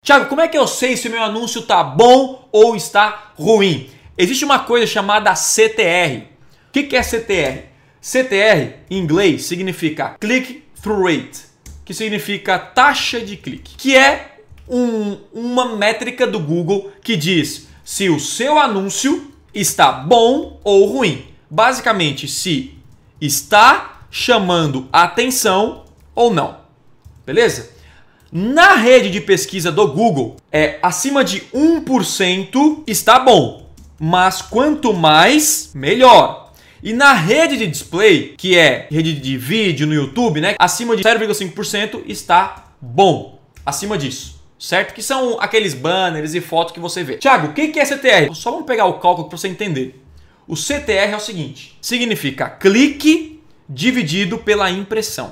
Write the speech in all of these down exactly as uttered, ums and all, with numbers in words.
Thiago, como é que eu sei se o meu anúncio está bom ou está ruim? Existe uma coisa chamada C T R. O que é C T R? C T R, em inglês, significa Click-Through Rate, que significa taxa de clique, que é um, uma métrica do Google que diz se o seu anúncio está bom ou ruim. Basicamente, se está chamando atenção ou não. Beleza? Na rede de pesquisa do Google, é acima de um por cento está bom, mas quanto mais, melhor. E na rede de display, que é rede de vídeo no YouTube, né, acima de zero vírgula cinco por cento está bom. Acima disso, certo? Que são aqueles banners e fotos que você vê. Thiago, o que é C T R? Só vamos pegar o cálculo para você entender. O C T R é o seguinte, significa clique dividido pela impressão,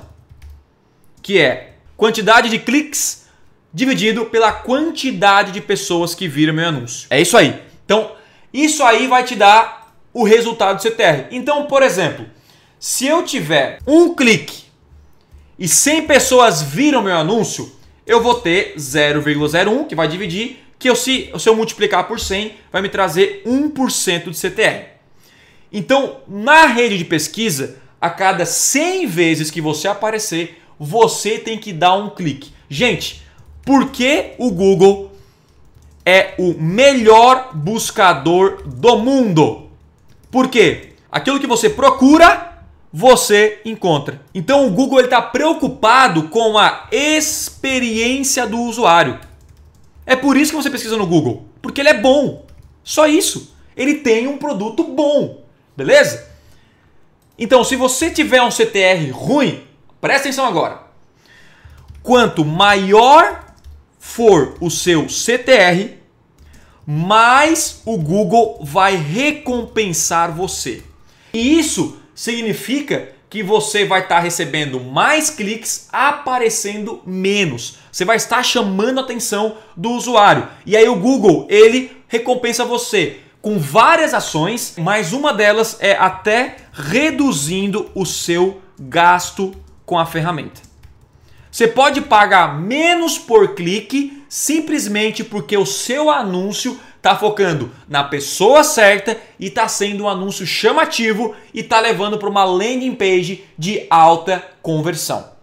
que é quantidade de cliques dividido pela quantidade de pessoas que viram meu anúncio. É isso aí. Então, isso aí vai te dar o resultado do C T R. Então, por exemplo, se eu tiver um clique e cem pessoas viram meu anúncio, eu vou ter zero vírgula zero um, que vai dividir, que eu, se, se eu multiplicar por cem, vai me trazer um por cento de C T R. Então, na rede de pesquisa, a cada cem vezes que você aparecer, você tem que dar um clique. Gente, por que o Google é o melhor buscador do mundo? Por quê? Aquilo que você procura, você encontra. Então o Google está preocupado com a experiência do usuário. É por isso que você pesquisa no Google. Porque ele é bom. Só isso. Ele tem um produto bom. Beleza? Então, se você tiver um C T R ruim, presta atenção agora. Quanto maior for o seu C T R, mais o Google vai recompensar você. E isso significa que você vai estar recebendo mais cliques, aparecendo menos. Você vai estar chamando a atenção do usuário. E aí o Google, ele recompensa você com várias ações, mas uma delas é até reduzindo o seu gasto com a ferramenta. Você pode pagar menos por clique simplesmente porque o seu anúncio está focando na pessoa certa e está sendo um anúncio chamativo e está levando para uma landing page de alta conversão.